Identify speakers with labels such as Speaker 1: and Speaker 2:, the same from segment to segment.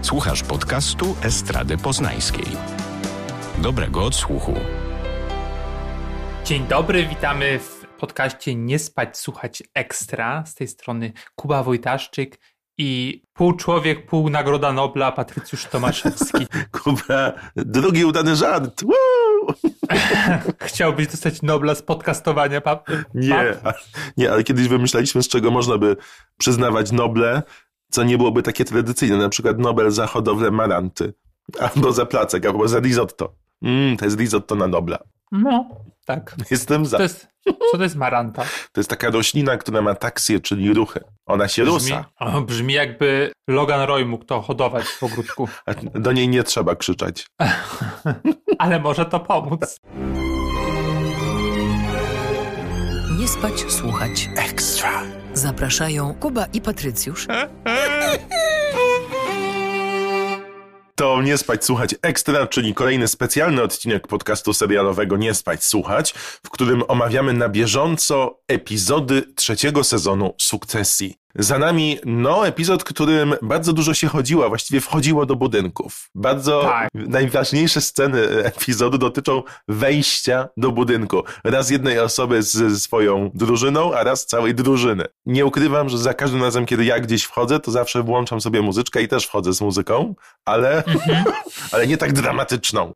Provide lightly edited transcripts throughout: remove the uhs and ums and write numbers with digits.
Speaker 1: Słuchasz podcastu Estrady Poznańskiej. Dobrego odsłuchu.
Speaker 2: Dzień dobry, witamy w podcaście Nie spać, słuchać ekstra. Z tej strony Kuba Wojtaszczyk i pół człowiek, pół Nagroda Nobla Patrycjusz Tomaszewski.
Speaker 3: Kuba, drugi udany żart.
Speaker 2: Chciałbyś dostać Nobla z podcastowania,
Speaker 3: Nie, ale kiedyś wymyślaliśmy, z czego można by przyznawać Noble, co nie byłoby takie tradycyjne, na przykład Nobel za hodowlę maranty, albo za placek, albo za risotto. To jest risotto na Nobla.
Speaker 2: No, tak.
Speaker 3: Jestem za.
Speaker 2: Co to jest maranta?
Speaker 3: To jest taka roślina, która ma taksję, czyli ruchy. Ona się rusa.
Speaker 2: Brzmi jakby Logan Roy mógł to hodować w ogródku.
Speaker 3: A do niej nie trzeba krzyczeć.
Speaker 2: Ale może to pomóc.
Speaker 4: Nie spać, słuchać ekstra. Zapraszają Kuba i Patrycjusz.
Speaker 3: To Nie spać, słuchać ekstra, czyli kolejny specjalny odcinek podcastu serialowego Nie spać, słuchać, w którym omawiamy na bieżąco epizody 3. sezonu Sukcesji. Za nami, epizod, którym bardzo dużo się chodziło, właściwie wchodziło do budynków. Najważniejsze sceny epizodu dotyczą wejścia do budynku. Raz jednej osoby z swoją drużyną, a raz całej drużyny. Nie ukrywam, że za każdym razem, kiedy ja gdzieś wchodzę, to zawsze włączam sobie muzyczkę i też wchodzę z muzyką, ale nie tak dramatyczną.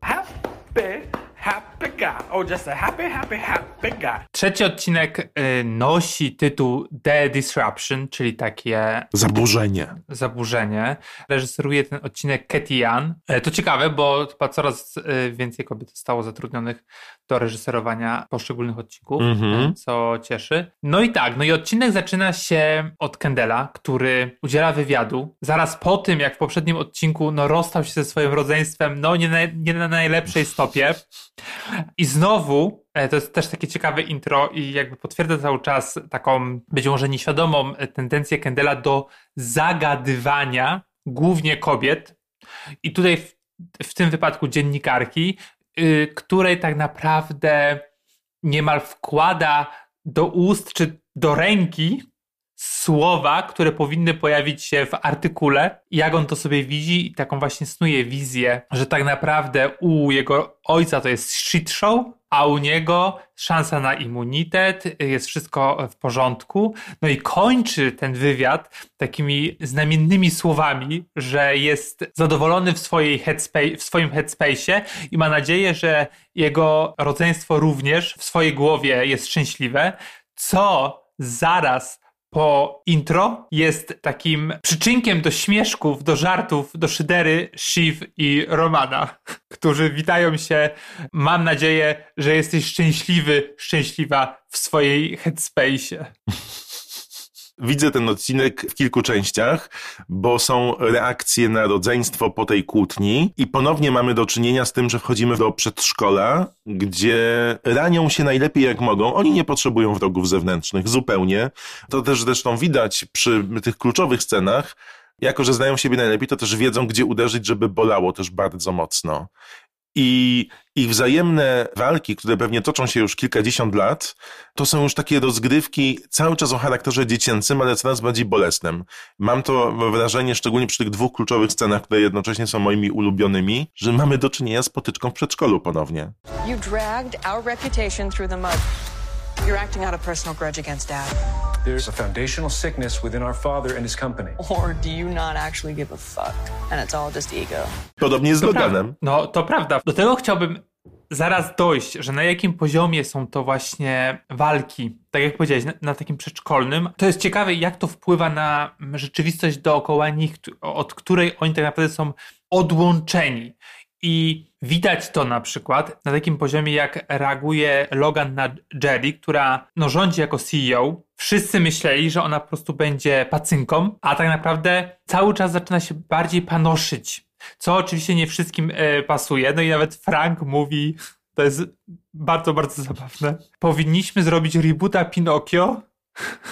Speaker 5: Happy guy. Oh, just a happy guy.
Speaker 2: Trzeci odcinek nosi tytuł The Disruption, czyli takie zaburzenie. Reżyseruje ten odcinek Cathy Yan. To ciekawe, bo chyba coraz więcej kobiet zostało zatrudnionych do reżyserowania poszczególnych odcinków, co cieszy. I odcinek zaczyna się od Kendalla, który udziela wywiadu. Zaraz po tym, jak w poprzednim odcinku rozstał się ze swoim rodzeństwem, nie na najlepszej stopie. I znowu, to jest też takie ciekawe intro i jakby potwierdza cały czas taką być może nieświadomą tendencję Kendalla do zagadywania głównie kobiet. I tutaj w tym wypadku dziennikarki, której tak naprawdę niemal wkłada do ust czy do ręki słowa, które powinny pojawić się w artykule. Jak on to sobie widzi i taką właśnie snuje wizję, że tak naprawdę u jego ojca to jest shit show, a u niego szansa na immunitet, jest wszystko w porządku. I kończy ten wywiad takimi znamiennymi słowami, że jest zadowolony w swoim headspace'ie i ma nadzieję, że jego rodzeństwo również w swojej głowie jest szczęśliwe, co zaraz po intro jest takim przyczynkiem do śmieszków, do żartów, do szydery Shiv i Romana, którzy witają się. Mam nadzieję, że jesteś szczęśliwa w swojej headspace'ie.
Speaker 3: Widzę ten odcinek w kilku częściach, bo są reakcje na rodzeństwo po tej kłótni i ponownie mamy do czynienia z tym, że wchodzimy do przedszkola, gdzie ranią się najlepiej jak mogą. Oni nie potrzebują wrogów zewnętrznych, zupełnie. To też zresztą widać przy tych kluczowych scenach. Jako że znają siebie najlepiej, to też wiedzą, gdzie uderzyć, żeby bolało też bardzo mocno. I ich wzajemne walki, które pewnie toczą się już kilkadziesiąt lat, to są już takie rozgrywki cały czas o charakterze dziecięcym, ale coraz bardziej bolesnym. Mam to wrażenie, szczególnie przy tych dwóch kluczowych scenach, które jednocześnie są moimi ulubionymi, że mamy do czynienia z potyczką w przedszkolu ponownie.
Speaker 6: You dragged our reputation through the mud. You're acting out a personal grudge against Dad.
Speaker 7: There's a foundational sickness within our father and his company.
Speaker 6: Or do you not actually give a fuck and it's all just ego?
Speaker 3: Podobnie z Loganem.
Speaker 2: To prawda. Do tego chciałbym zaraz dojść, że na jakim poziomie są to właśnie walki, tak jak powiedziałeś, na takim przedszkolnym. To jest ciekawe, jak to wpływa na rzeczywistość dookoła nich, od której oni tak naprawdę są odłączeni. I widać to na przykład na takim poziomie, jak reaguje Logan na Jerry, która rządzi jako CEO. Wszyscy myśleli, że ona po prostu będzie pacynką, a tak naprawdę cały czas zaczyna się bardziej panoszyć, co oczywiście nie wszystkim pasuje. I nawet Frank mówi, to jest bardzo, bardzo zabawne, powinniśmy zrobić reboota Pinokio,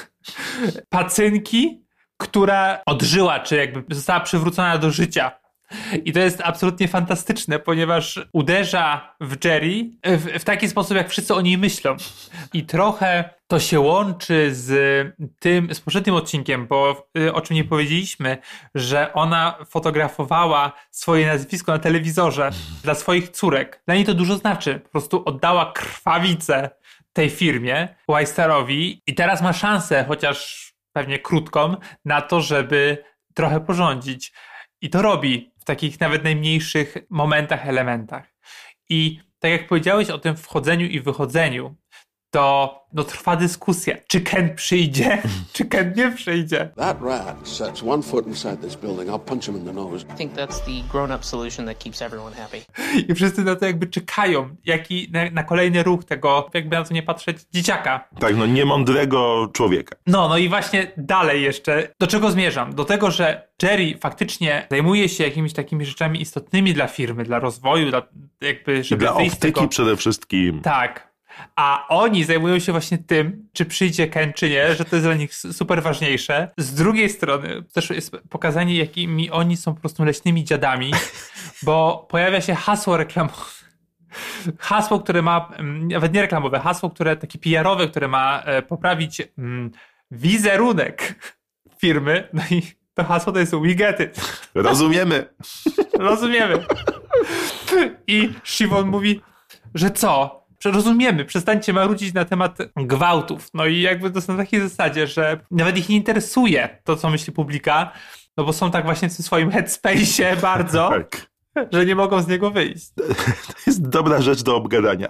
Speaker 2: pacynki, która odżyła, czy jakby została przywrócona do życia. I to jest absolutnie fantastyczne, ponieważ uderza w Jerry w taki sposób, jak wszyscy o niej myślą. I trochę to się łączy z poprzednim odcinkiem, bo o czym nie powiedzieliśmy, że ona fotografowała swoje nazwisko na telewizorze dla swoich córek. Dla niej to dużo znaczy. Po prostu oddała krwawicę tej firmie, Y-Starowi, i teraz ma szansę, chociaż pewnie krótką, na to, żeby trochę porządzić. I to robi w takich nawet najmniejszych momentach, elementach. I tak jak powiedziałeś o tym wchodzeniu i wychodzeniu, to trwa dyskusja, czy Ken przyjdzie, czy Ken nie przyjdzie.
Speaker 8: That rat sets one foot inside this building, I'll punch him in the nose.
Speaker 9: I think that's the grown-up solution that keeps everyone happy.
Speaker 2: I wszyscy na to jakby czekają, na kolejny ruch tego, jakby na to nie patrzeć, dzieciaka.
Speaker 3: Tak, niemądrego człowieka.
Speaker 2: No i właśnie dalej jeszcze, do czego zmierzam? Do tego, że Jerry faktycznie zajmuje się jakimiś takimi rzeczami istotnymi dla firmy, dla rozwoju, żeby
Speaker 3: dla
Speaker 2: wyjść z tego.
Speaker 3: optyki przede wszystkim.
Speaker 2: Tak. A oni zajmują się właśnie tym, czy przyjdzie Ken, czy nie, że to jest dla nich super ważniejsze. Z drugiej strony też jest pokazanie, jakimi oni są po prostu leśnymi dziadami, bo pojawia się hasło reklamowe. Hasło, które ma, nawet nie reklamowe, hasło, takie PR-owe, które ma poprawić wizerunek firmy. No i to hasło to jest "We get it".
Speaker 3: Rozumiemy.
Speaker 2: Rozumiemy. I Siwon mówi, że co? Rozumiemy, przestańcie marudzić na temat gwałtów. No i jakby to są na takiej zasadzie, że nawet ich nie interesuje to, co myśli publika, no bo są tak właśnie w tym swoim headspace'ie bardzo,
Speaker 3: tak,
Speaker 2: że nie mogą z niego wyjść.
Speaker 3: To jest dobra rzecz do obgadania,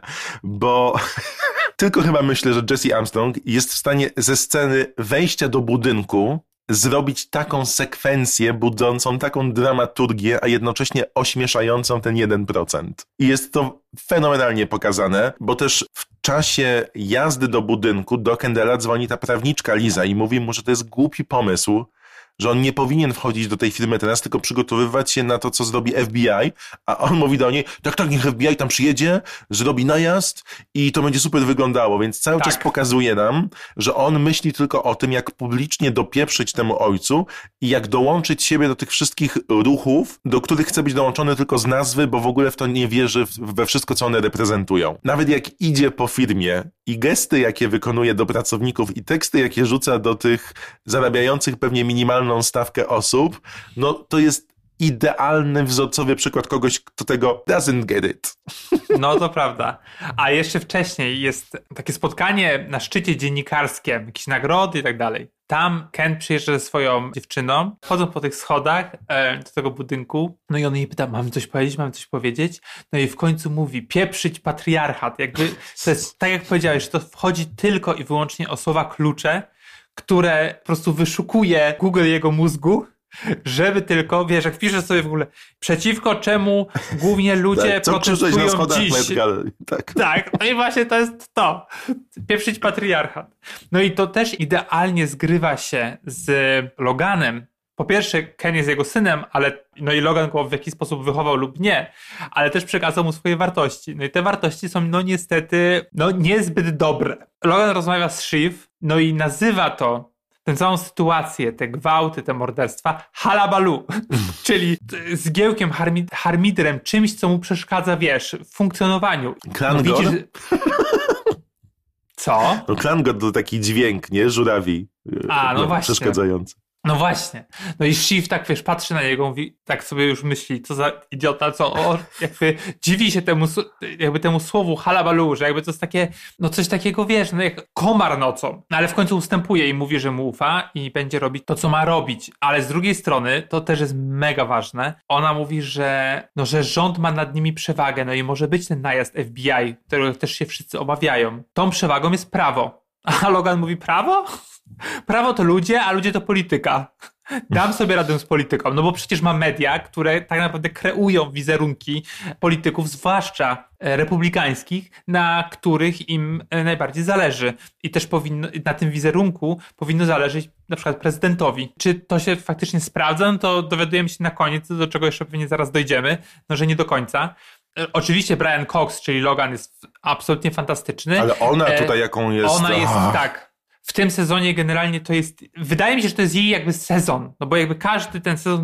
Speaker 3: bo tylko chyba myślę, że Jesse Armstrong jest w stanie ze sceny wejścia do budynku zrobić taką sekwencję budzącą taką dramaturgię, a jednocześnie ośmieszającą ten 1%. I jest to fenomenalnie pokazane, bo też w czasie jazdy do budynku do Kendalla dzwoni ta prawniczka Liza i mówi mu, że to jest głupi pomysł, że on nie powinien wchodzić do tej firmy teraz, tylko przygotowywać się na to, co zrobi FBI, a on mówi do niej, tak, niech FBI tam przyjedzie, zrobi najazd i to będzie super wyglądało, więc cały czas pokazuje nam, że on myśli tylko o tym, jak publicznie dopieprzyć temu ojcu i jak dołączyć siebie do tych wszystkich ruchów, do których chce być dołączony tylko z nazwy, bo w ogóle w to nie wierzy we wszystko, co one reprezentują. Nawet jak idzie po firmie i gesty, jakie wykonuje do pracowników i teksty, jakie rzuca do tych zarabiających pewnie minimalną stawkę osób, no to jest idealny, wzorcowy przykład kogoś, kto tego doesn't get it.
Speaker 2: No to prawda. A jeszcze wcześniej jest takie spotkanie na szczycie dziennikarskim, jakieś nagrody i tak dalej. Tam Ken przyjeżdża ze swoją dziewczyną, chodzą po tych schodach do tego budynku, no i on jej pyta, mam coś powiedzieć? No i w końcu mówi, pieprzyć patriarchat. Jakby to jest, tak jak powiedziałeś, że to wchodzi tylko i wyłącznie o słowa klucze, które po prostu wyszukuje Google jego mózgu, żeby tylko, wiesz, jak wpiszesz sobie w ogóle przeciwko czemu głównie ludzie protestują dziś. Tak, no i właśnie to jest to. Pieprzyć patriarchat. No i to też idealnie zgrywa się z Loganem. Po pierwsze, Ken jest jego synem, ale no i Logan go w jakiś sposób wychował lub nie, ale też przekazał mu swoje wartości. No i te wartości są niestety niezbyt dobre. Logan rozmawia z Shiv, no i nazywa tę całą sytuację, te gwałty, te morderstwa halabalu, czyli zgiełkiem, harmidrem, czymś, co mu przeszkadza, wiesz, w funkcjonowaniu.
Speaker 3: Klangon?
Speaker 2: Co?
Speaker 3: No Klangon to taki dźwięk, nie? Żurawi.
Speaker 2: Właśnie.
Speaker 3: Przeszkadzający.
Speaker 2: No właśnie. No i Shiv tak, wiesz, patrzy na niego, mówi, tak sobie już myśli, co za idiota, jakby dziwi się temu słowu halabalu, że jakby to jest takie, no coś takiego, wiesz, no jak komar nocą. No ale w końcu ustępuje i mówi, że mu ufa i będzie robić to, co ma robić. Ale z drugiej strony, to też jest mega ważne, ona mówi, że rząd ma nad nimi przewagę, no i może być ten najazd FBI, którego też się wszyscy obawiają. Tą przewagą jest prawo. A Logan mówi, prawo? Prawo to ludzie, a ludzie to polityka. Dam sobie radę z polityką, no bo przecież ma media, które tak naprawdę kreują wizerunki polityków, zwłaszcza republikańskich, na których im najbardziej zależy. I też na tym wizerunku powinno zależeć na przykład prezydentowi. Czy to się faktycznie sprawdza? No to dowiadujemy się na koniec, do czego jeszcze pewnie zaraz dojdziemy, no że nie do końca. Oczywiście Brian Cox, czyli Logan, jest absolutnie fantastyczny.
Speaker 3: Ale ona tutaj jaką jest...
Speaker 2: Ona jest, tak. W tym sezonie generalnie to jest... Wydaje mi się, że to jest jej jakby sezon. No bo jakby każdy ten sezon był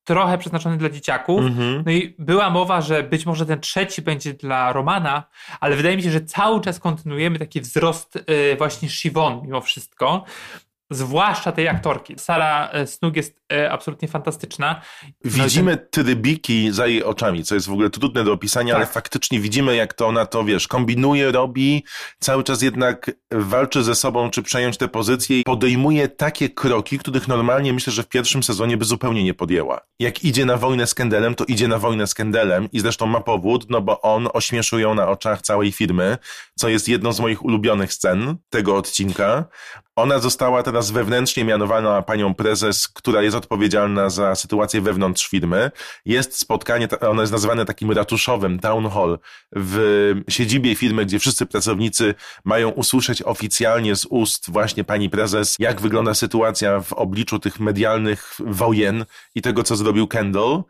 Speaker 2: trochę przeznaczony dla dzieciaków. No i była mowa, że być może ten trzeci będzie dla Romana, ale wydaje mi się, że cały czas kontynuujemy taki wzrost właśnie Siobhan mimo wszystko. Zwłaszcza tej aktorki. Sarah Snook jest absolutnie fantastyczna.
Speaker 3: Widzimy trybiki za jej oczami, co jest w ogóle trudne do opisania, ale faktycznie widzimy, jak to ona to, kombinuje, robi, cały czas jednak walczy ze sobą, czy przejąć tę pozycję i podejmuje takie kroki, których normalnie myślę, że w pierwszym sezonie by zupełnie nie podjęła. Jak idzie na wojnę z Kendallem, to idzie na wojnę z Kendallem i zresztą ma powód, no bo on ośmieszył ją na oczach całej firmy, co jest jedną z moich ulubionych scen tego odcinka. Ona została teraz wewnętrznie mianowana panią prezes, która jest odpowiedzialna za sytuację wewnątrz firmy. Jest spotkanie, ono jest nazywane takim ratuszowym, town hall, w siedzibie firmy, gdzie wszyscy pracownicy mają usłyszeć oficjalnie z ust właśnie pani prezes, jak wygląda sytuacja w obliczu tych medialnych wojen i tego, co zrobił Kendall.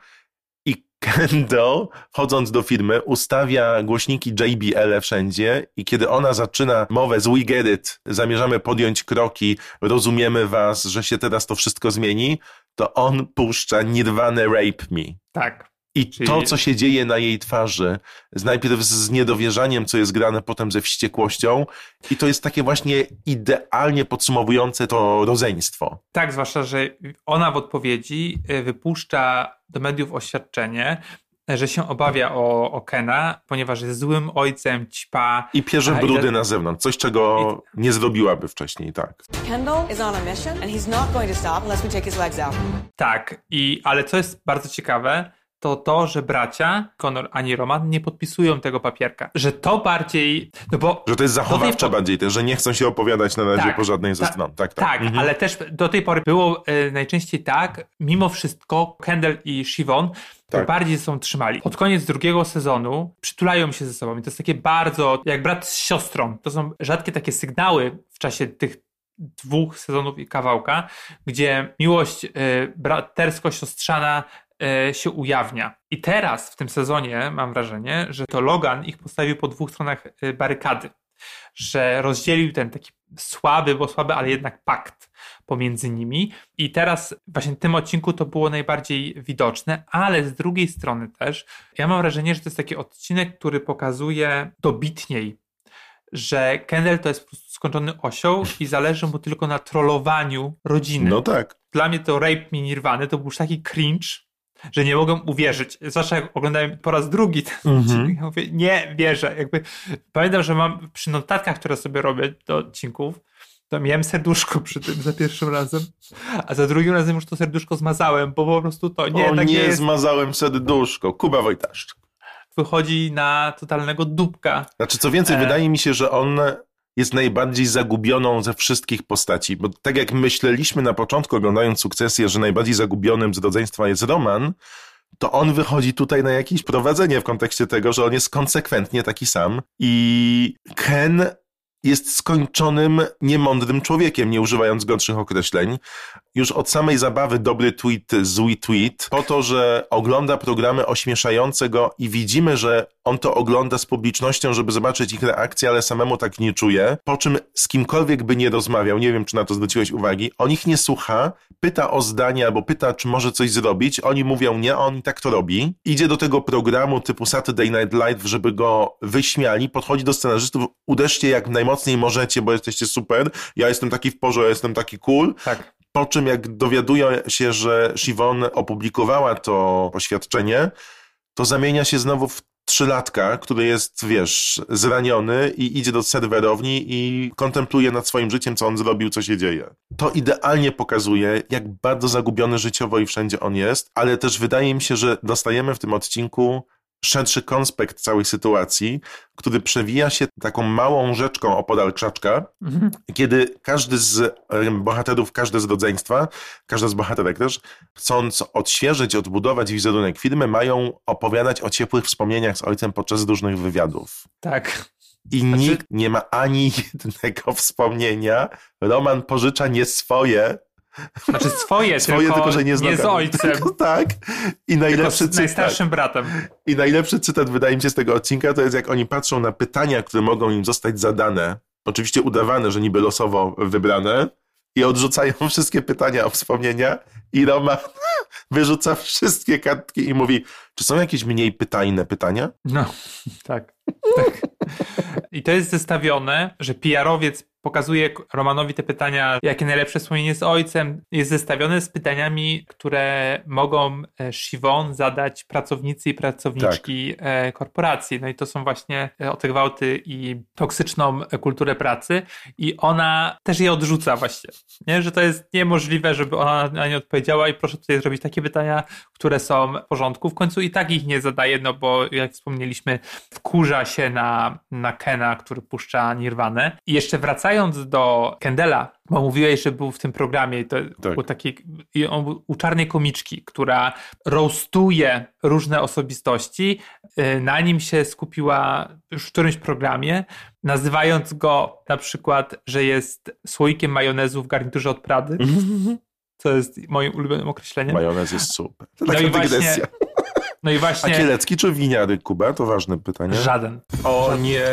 Speaker 3: Kendall, wchodząc do firmy, ustawia głośniki JBL wszędzie i kiedy ona zaczyna mowę z We Get It, zamierzamy podjąć kroki, rozumiemy was, że się teraz to wszystko zmieni, to on puszcza Nirvana Rape Me.
Speaker 2: Tak.
Speaker 3: I to, co się dzieje na jej twarzy, najpierw z niedowierzaniem, co jest grane, potem ze wściekłością i to jest takie właśnie idealnie podsumowujące to rodzeństwo.
Speaker 2: Tak, zwłaszcza, że ona w odpowiedzi wypuszcza do mediów oświadczenie, że się obawia o Kena, ponieważ jest złym ojcem, ćpa.
Speaker 3: I pierze brudy na zewnątrz, coś, czego nie zrobiłaby wcześniej, tak.
Speaker 6: Kendall is on a mission and he's not going to stop unless we take his legs out.
Speaker 2: Tak, ale co jest bardzo ciekawe, to, że bracia, Connor ani Roman, nie podpisują tego papierka. Że to bardziej... No bo
Speaker 3: że to jest zachowawcze bardziej też, że nie chcą się opowiadać na razie po żadnej ze stron. Tak,
Speaker 2: ale też do tej pory było najczęściej tak, mimo wszystko Kendall i Siobhan bardziej są trzymali. Pod koniec drugiego sezonu przytulają się ze sobą i to jest takie bardzo jak brat z siostrą. To są rzadkie takie sygnały w czasie tych 2 sezonów i kawałka, gdzie miłość bratersko-siostrzana się ujawnia. I teraz w tym sezonie mam wrażenie, że to Logan ich postawił po 2 stronach barykady. Że rozdzielił ten taki słaby, ale jednak pakt pomiędzy nimi. I teraz właśnie w tym odcinku to było najbardziej widoczne, ale z drugiej strony też ja mam wrażenie, że to jest taki odcinek, który pokazuje dobitniej, że Kendall to jest po prostu skończony osioł i zależy mu tylko na trollowaniu rodziny.
Speaker 3: No tak.
Speaker 2: Dla mnie to Rape Me Nirvany to był już taki cringe, że nie mogłem uwierzyć. Zwłaszcza jak oglądałem po raz drugi ten odcinek. Ja mówię, nie wierzę. Pamiętam, że mam przy notatkach, które sobie robię do odcinków, to miałem serduszko przy tym za pierwszym razem, a za drugim razem już to serduszko zmazałem, bo po prostu to nie jest.
Speaker 3: Zmazałem serduszko. Kuba Wojtaszczyk.
Speaker 2: Wychodzi na totalnego dupka.
Speaker 3: Znaczy, co więcej, wydaje mi się, że on jest najbardziej zagubioną ze wszystkich postaci, bo tak jak myśleliśmy na początku, oglądając Sukcesję, że najbardziej zagubionym z rodzeństwa jest Roman, to on wychodzi tutaj na jakieś prowadzenie w kontekście tego, że on jest konsekwentnie taki sam i Ken jest skończonym, niemądrym człowiekiem, nie używając gorszych określeń. Już od samej zabawy dobry tweet, zły tweet, po to, że ogląda programy ośmieszające go i widzimy, że on to ogląda z publicznością, żeby zobaczyć ich reakcję, ale samemu tak nie czuje. Po czym z kimkolwiek by nie rozmawiał, nie wiem, czy na to zwróciłeś uwagi, on ich nie słucha, pyta o zdanie albo pyta, czy może coś zrobić, oni mówią nie, a on i tak to robi. Idzie do tego programu typu Saturday Night Live, żeby go wyśmiali, podchodzi do scenarzystów, uderzcie jak najmocniej możecie, bo jesteście super, ja jestem taki w porze, ja jestem taki cool.
Speaker 2: Tak.
Speaker 3: Po czym jak dowiadują się, że Siobhan opublikowała to oświadczenie, to zamienia się znowu w 3-latka, który jest, zraniony i idzie do serwerowni i kontempluje nad swoim życiem, co on zrobił, co się dzieje. To idealnie pokazuje, jak bardzo zagubiony życiowo i wszędzie on jest, ale też wydaje mi się, że dostajemy w tym odcinku szerszy konspekt całej sytuacji, który przewija się taką małą rzeczką opodal krzaczka, kiedy każdy z bohaterów, każde z rodzeństwa, każda z bohaterek też, chcąc odświeżyć, odbudować wizerunek firmy, mają opowiadać o ciepłych wspomnieniach z ojcem podczas różnych wywiadów.
Speaker 2: Tak.
Speaker 3: I nikt nie ma ani jednego wspomnienia. Roman pożycza nie swoje,
Speaker 2: znaczy swoje tylko że nie z ojcem.
Speaker 3: Tylko, tak. I najlepszy
Speaker 2: z najstarszym bratem.
Speaker 3: I najlepszy cytat, wydaje mi się, z tego odcinka, to jest jak oni patrzą na pytania, które mogą im zostać zadane. Oczywiście udawane, że niby losowo wybrane. i odrzucają wszystkie pytania o wspomnienia i Roman wyrzuca wszystkie kartki i mówi, czy są jakieś mniej pytajne pytania?
Speaker 2: No, tak. I to jest zestawione, że PR-owiec pokazuje Romanowi te pytania, jakie najlepsze wspomnienie z ojcem, jest zestawione z pytaniami, które mogą Siobhan zadać pracownicy i pracowniczki korporacji. No i to są właśnie o te gwałty i toksyczną kulturę pracy i ona też je odrzuca właśnie, nie? Że to jest niemożliwe, żeby ona na nie odpowiedziała i proszę tutaj zrobić takie pytania, które są w porządku. W końcu i tak ich nie zadaje, no bo jak wspomnieliśmy, wkurza się na Kena, który puszcza Nirvanę. I jeszcze wracając do Kendalla, bo mówiłeś, że był w tym programie i to był taki, i on był u czarnej komiczki, która roastuje różne osobistości. Na nim się skupiła już w którymś programie, nazywając go na przykład, że jest słoikiem majonezu w garniturze od Prady. Co jest moim ulubionym określeniem.
Speaker 3: Majonez jest super. To taka dygresja.
Speaker 2: No i właśnie...
Speaker 3: A Kielecki czy winiary, Kuba? To ważne pytanie.
Speaker 2: Żaden.
Speaker 3: Nie.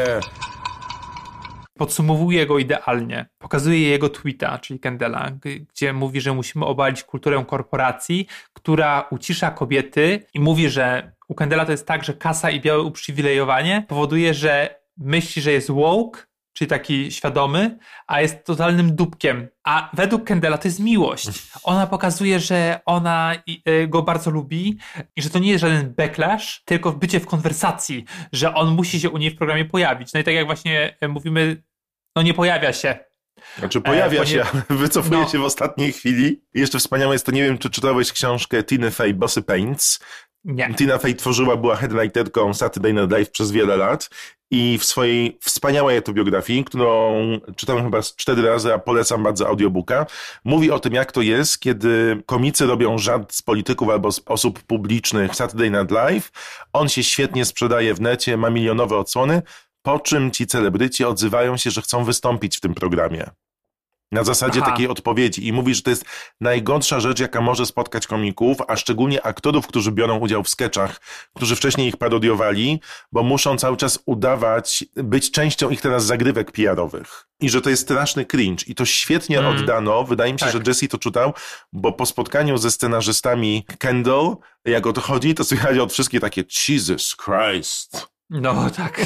Speaker 2: Podsumowuje go idealnie. Pokazuje jego tweeta, czyli Kendalla, gdzie mówi, że musimy obalić kulturę korporacji, która ucisza kobiety i mówi, że u Kendalla to jest tak, że kasa i białe uprzywilejowanie powoduje, że myśli, że jest woke, czyli taki świadomy, a jest totalnym dupkiem. A według Kendalla to jest miłość. Ona pokazuje, że ona go bardzo lubi i że to nie jest żaden backlash, tylko bycie w konwersacji, że on musi się u niej w programie pojawić. No i tak jak właśnie mówimy, no nie pojawia się.
Speaker 3: Znaczy pojawia się, ale wycofuje się w ostatniej chwili. I jeszcze wspaniałe jest to, nie wiem, czy czytałeś książkę Tina Fey, Bossy Paints.
Speaker 2: Nie.
Speaker 3: Tina Fey była headwriterką Saturday Night Live przez wiele lat i w swojej wspaniałej autobiografii, którą czytałem chyba 4 razy, a polecam bardzo audiobooka, mówi o tym, jak to jest, kiedy komicy robią żart z polityków albo z osób publicznych w Saturday Night Live. On się świetnie sprzedaje w necie, ma milionowe odsłony, po czym ci celebryci odzywają się, że chcą wystąpić w tym programie. Na zasadzie takiej odpowiedzi. I mówi, że to jest najgorsza rzecz, jaka może spotkać komików, a szczególnie aktorów, którzy biorą udział w skeczach, którzy wcześniej ich parodiowali, bo muszą cały czas udawać, być częścią ich teraz zagrywek PR-owych. I że to jest straszny cringe. I to świetnie oddano. Wydaje mi się, że Jesse to czytał, bo po spotkaniu ze scenarzystami Kendall, jak o to chodzi, to słychać od wszystkich takie Jesus Christ.
Speaker 2: No tak.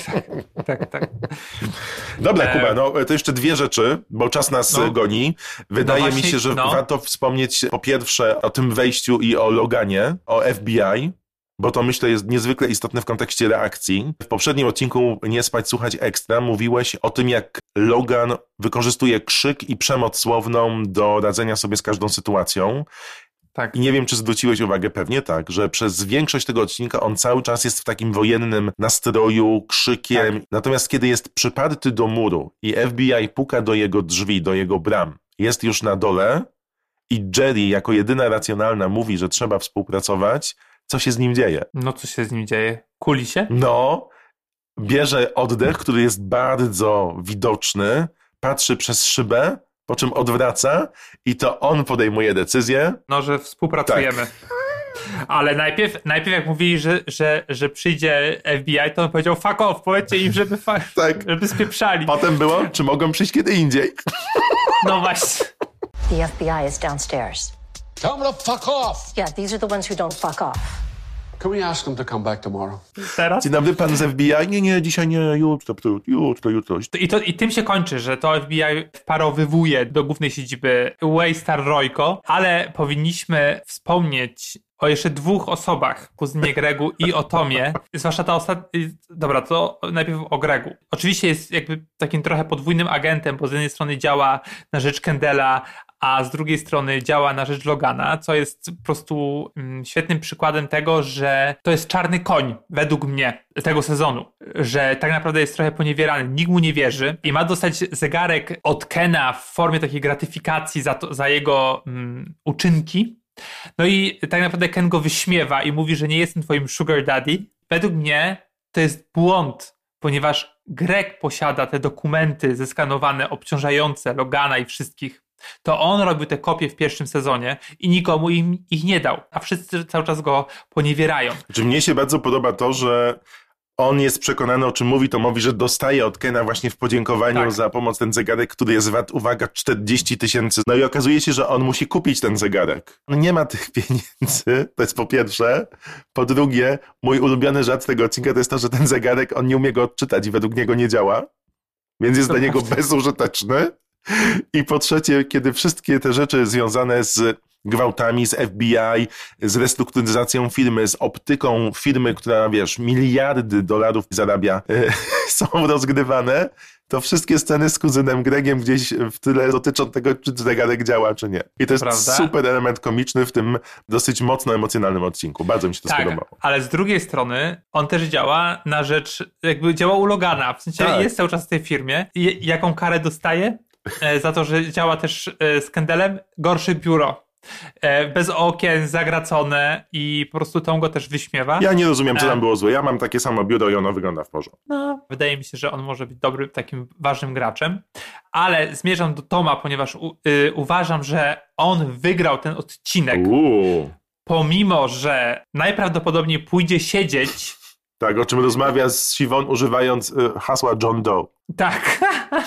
Speaker 3: Dobra, Kuba, to jeszcze 2 rzeczy, bo czas nas goni. Wydaje mi się, że warto wspomnieć po pierwsze o tym wejściu i o Loganie, o FBI, bo to myślę jest niezwykle istotne w kontekście reakcji. W poprzednim odcinku Nie spać, słuchać ekstra mówiłeś o tym, jak Logan wykorzystuje krzyk i przemoc słowną do radzenia sobie z każdą sytuacją.
Speaker 2: Tak.
Speaker 3: I nie wiem, czy zwróciłeś uwagę, pewnie tak, że przez większość tego odcinka on cały czas jest w takim wojennym nastroju, krzykiem. Tak. Natomiast kiedy jest przyparty do muru i FBI puka do jego drzwi, do jego bram, jest już na dole i Jerry jako jedyna racjonalna mówi, że trzeba współpracować, co się z nim dzieje?
Speaker 2: No co się z nim dzieje? Kuli się?
Speaker 3: No, bierze oddech, który jest bardzo widoczny, patrzy przez szybę, po czym odwraca i to on podejmuje decyzję.
Speaker 2: No, że współpracujemy. Tak. Ale najpierw jak mówili, że przyjdzie FBI, to on powiedział fuck off, powiedzcie im, żeby spieprzali.
Speaker 3: Potem było, czy mogą przyjść kiedy indziej.
Speaker 2: No właśnie.
Speaker 10: The FBI is downstairs.
Speaker 8: Tell them to fuck off!
Speaker 10: Yeah, these are the ones who don't fuck off.
Speaker 8: Can we ask them to come back tomorrow?
Speaker 2: Teraz?
Speaker 3: Dzień dobry, pan z FBI? Nie, dzisiaj nie, jutro.
Speaker 2: I tym się kończy, że to FBI wparowywuje do głównej siedziby Waystar Royco, ale powinniśmy wspomnieć o jeszcze 2 osobach, kuzynie Gregu i o Tomie, zwłaszcza ta ostatnia. Dobra, to najpierw o Gregu. Oczywiście jest jakby takim trochę podwójnym agentem, bo z jednej strony działa na rzecz Kendalla, a z drugiej strony działa na rzecz Logana, co jest po prostu świetnym przykładem tego, że to jest czarny koń, według mnie, tego sezonu, że tak naprawdę jest trochę poniewierany, nikt mu nie wierzy i ma dostać zegarek od Kena w formie takiej gratyfikacji za jego uczynki. No i tak naprawdę Ken go wyśmiewa i mówi, że nie jestem twoim sugar daddy. Według mnie to jest błąd, ponieważ Greg posiada te dokumenty zeskanowane, obciążające Logana i wszystkich. To on robił te kopie w pierwszym sezonie i nikomu ich nie dał, a wszyscy cały czas go poniewierają.
Speaker 3: Mnie się bardzo podoba to, że on jest przekonany, o czym mówi, to mówi, że dostaje od Kena właśnie w podziękowaniu za pomoc ten zegarek, który jest wart, uwaga, 40 000. No i okazuje się, że on musi kupić ten zegarek. No nie ma tych pieniędzy, to jest po pierwsze. Po drugie, mój ulubiony żart tego odcinka to jest to, że ten zegarek, on nie umie go odczytać i według niego nie działa, więc jest dla niego bezużyteczny. I po trzecie, kiedy wszystkie te rzeczy związane z gwałtami, z FBI, z restrukturyzacją firmy, z optyką firmy, która, wiesz, miliardy dolarów zarabia, są rozgrywane, to wszystkie sceny z kuzynem Gregiem gdzieś w tyle dotyczą tego, czy zegarek działa, czy nie. I to jest super element komiczny w tym dosyć mocno emocjonalnym odcinku. Bardzo mi się to spodobało.
Speaker 2: Ale z drugiej strony on też działa na rzecz, jakby działa u Logana. W sensie jest cały czas w tej firmie. I jaką karę dostaje? Za to, że działa też z Kendallem? Gorsze biuro. Bez okien, zagracone i po prostu Tom go też wyśmiewa.
Speaker 3: Ja nie rozumiem, co tam było złe. Ja mam takie samo biuro i ono wygląda w porządku.
Speaker 2: No, wydaje mi się, że on może być dobrym, takim ważnym graczem, ale zmierzam do Toma, ponieważ uważam, że on wygrał ten odcinek, pomimo, że najprawdopodobniej pójdzie siedzieć.
Speaker 3: Tak, o czym rozmawia z Siwon, używając hasła John Doe.
Speaker 2: Tak.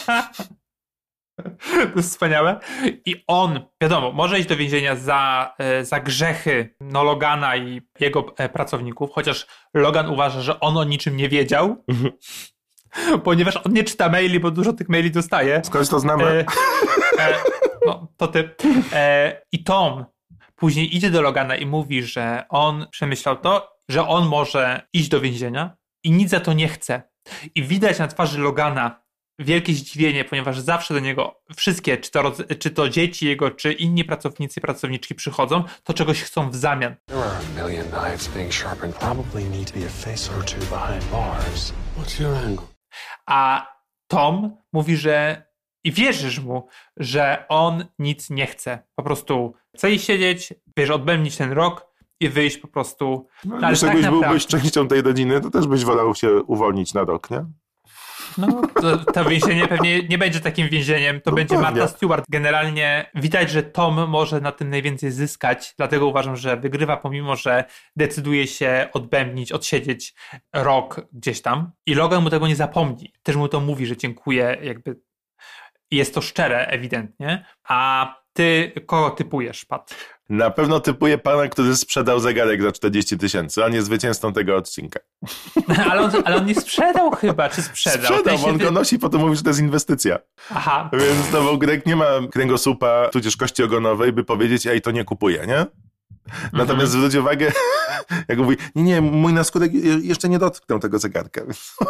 Speaker 2: To jest wspaniałe. I on, wiadomo, może iść do więzienia za grzechy Logana i jego pracowników, chociaż Logan uważa, że on o niczym nie wiedział, ponieważ on nie czyta maili, bo dużo tych maili dostaje.
Speaker 3: Skądś to znamy.
Speaker 2: No, to ty. I Tom później idzie do Logana i mówi, że on przemyślał to, że on może iść do więzienia i nic za to nie chce. I widać na twarzy Logana wielkie zdziwienie, ponieważ zawsze do niego wszystkie, czy to dzieci jego, czy inni pracownicy i pracowniczki przychodzą, to czegoś chcą w zamian.
Speaker 8: There are a million knives being sharpened. Probably need to be a face or two behind bars. What's your angle?
Speaker 2: A Tom mówi, że i wierzysz mu, że on nic nie chce. Po prostu chce iść siedzieć, wiesz, odbębnić ten rok i wyjść po prostu.
Speaker 3: No, ale jakbyś byłbyś częścią tej rodziny, to też byś wolał się uwolnić na rok, nie?
Speaker 2: No, to więzienie pewnie nie będzie takim więzieniem, to będzie pewnie. Martha Stewart. Generalnie widać, że Tom może na tym najwięcej zyskać, dlatego uważam, że wygrywa, pomimo że decyduje się odbębnić, odsiedzieć rok gdzieś tam. I Logan mu tego nie zapomni. Też mu to mówi, że dziękuję, jakby jest to szczere ewidentnie. A ty kogo typujesz, Pat?
Speaker 3: Na pewno typuję pana, który sprzedał zegarek za 40 000, a nie zwycięzcą tego odcinka.
Speaker 2: Ale on nie sprzedał chyba, czy sprzedał?
Speaker 3: Sprzedał, bo on go nosi, potem mówi, że to jest inwestycja.
Speaker 2: Aha.
Speaker 3: Więc to w ogóle Greg nie ma kręgosłupa, tudzież kości ogonowej, by powiedzieć, ej, to nie kupuję, nie? Natomiast zwróć uwagę, jak mówi, nie, mój naskórek jeszcze nie dotknął tego zegarka.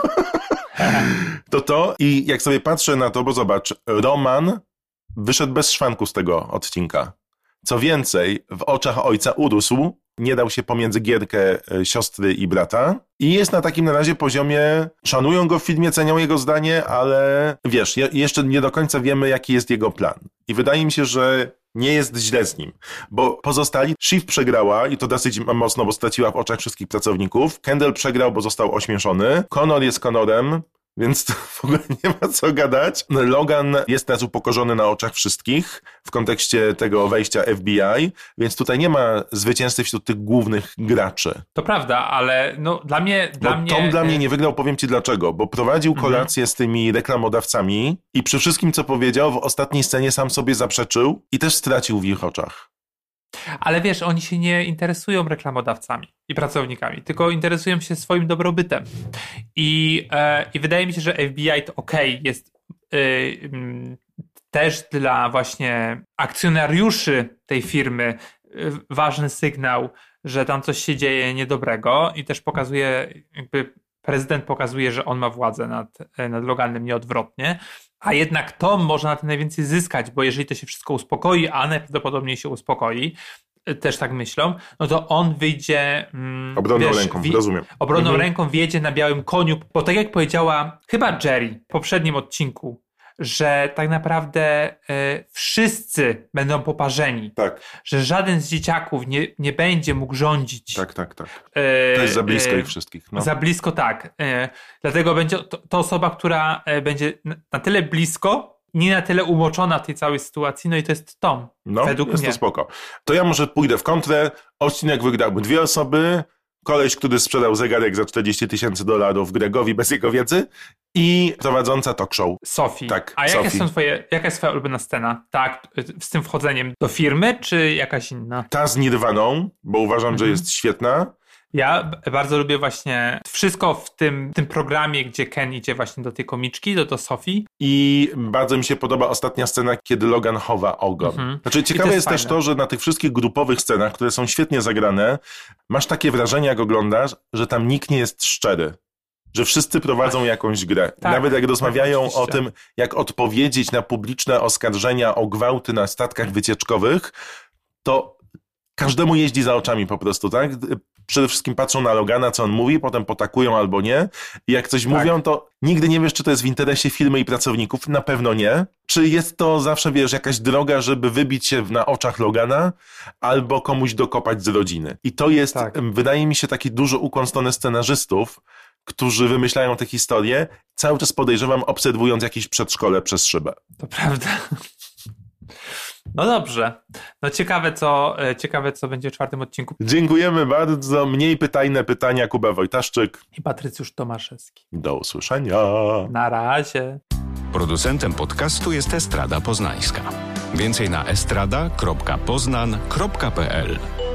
Speaker 3: To i jak sobie patrzę na to, bo zobacz, Roman wyszedł bez szwanku z tego odcinka. Co więcej, w oczach ojca urósł, nie dał się pomiędzy gierkę siostry i brata i jest na takim na razie poziomie, szanują go w filmie, cenią jego zdanie, ale wiesz, jeszcze nie do końca wiemy, jaki jest jego plan. I wydaje mi się, że nie jest źle z nim, bo pozostali, Shiv przegrała i to dosyć mocno, bo straciła w oczach wszystkich pracowników, Kendall przegrał, bo został ośmieszony, Connor jest Connorem, więc to w ogóle nie ma co gadać. Logan jest teraz upokorzony na oczach wszystkich w kontekście tego wejścia FBI, więc tutaj nie ma zwycięzcy wśród tych głównych graczy.
Speaker 2: To prawda, ale no dla mnie...
Speaker 3: Tom dla mnie nie wygrał, powiem ci dlaczego, bo prowadził kolację z tymi reklamodawcami i przy wszystkim, co powiedział, w ostatniej scenie sam sobie zaprzeczył i też stracił w ich oczach.
Speaker 2: Ale wiesz, oni się nie interesują reklamodawcami i pracownikami, tylko interesują się swoim dobrobytem. I wydaje mi się, że FBI to jest też dla właśnie akcjonariuszy tej firmy ważny sygnał, że tam coś się dzieje niedobrego i też pokazuje, jakby prezydent pokazuje, że on ma władzę nad Loganem, nie odwrotnie. A jednak Tom może na tym najwięcej zyskać, bo jeżeli to się wszystko uspokoi, a najprawdopodobniej się uspokoi, też tak myślą, no to on wyjdzie...
Speaker 3: obronną ręką, rozumiem.
Speaker 2: Obronną ręką wjedzie na białym koniu, bo tak jak powiedziała chyba Jerry w poprzednim odcinku, że tak naprawdę wszyscy będą poparzeni.
Speaker 3: Tak.
Speaker 2: Że żaden z dzieciaków nie będzie mógł rządzić.
Speaker 3: Tak. To jest za blisko ich wszystkich. No.
Speaker 2: Za blisko, tak. Dlatego będzie to osoba, która będzie na tyle blisko, nie na tyle umoczona w tej całej sytuacji, no i to jest Tom.
Speaker 3: No,
Speaker 2: według
Speaker 3: jest
Speaker 2: mnie.
Speaker 3: To spoko. To ja może pójdę w kontrę. Odcinek wygrały dwie osoby. koleś, który sprzedał zegarek za $40,000 Gregowi bez jego wiedzy i prowadząca talk show.
Speaker 2: Sophie.
Speaker 3: Tak,
Speaker 2: a
Speaker 3: Sophie.
Speaker 2: Jaka jest twoja ulubiona scena? Tak, z tym wchodzeniem do firmy, czy jakaś inna?
Speaker 3: Ta z Nirwaną, bo uważam, że jest świetna.
Speaker 2: Ja bardzo lubię właśnie wszystko w tym programie, gdzie Ken idzie właśnie do tej komiczki, do Sophie.
Speaker 3: I bardzo mi się podoba ostatnia scena, kiedy Logan chowa ogon. Znaczy ciekawe jest też to, że na tych wszystkich grupowych scenach, które są świetnie zagrane, masz takie wrażenie, jak oglądasz, że tam nikt nie jest szczery. Że wszyscy prowadzą jakąś grę.
Speaker 2: Tak,
Speaker 3: nawet jak rozmawiają
Speaker 2: oczywiście.
Speaker 3: o tym, jak odpowiedzieć na publiczne oskarżenia o gwałty na statkach wycieczkowych, to każdemu jeździ za oczami po prostu, tak? Przede wszystkim patrzą na Logana, co on mówi, potem potakują albo nie. I jak coś mówią, to nigdy nie wiesz, czy to jest w interesie firmy i pracowników. Na pewno nie. Czy jest to zawsze, wiesz, jakaś droga, żeby wybić się na oczach Logana albo komuś dokopać z rodziny. I to jest, wydaje mi się, taki duży ukłon w stronę scenarzystów, którzy wymyślają te historie, cały czas podejrzewam, obserwując jakieś przedszkole przez szybę.
Speaker 2: To prawda. No dobrze. No ciekawe, co będzie w 4. odcinku.
Speaker 3: Dziękujemy bardzo. Mniej pytajne pytania, Kuba Wojtaszczyk
Speaker 2: i Patrycjusz Tomaszewski.
Speaker 3: Do usłyszenia.
Speaker 2: Na razie.
Speaker 1: Producentem podcastu jest Estrada Poznańska. Więcej na estrada.poznan.pl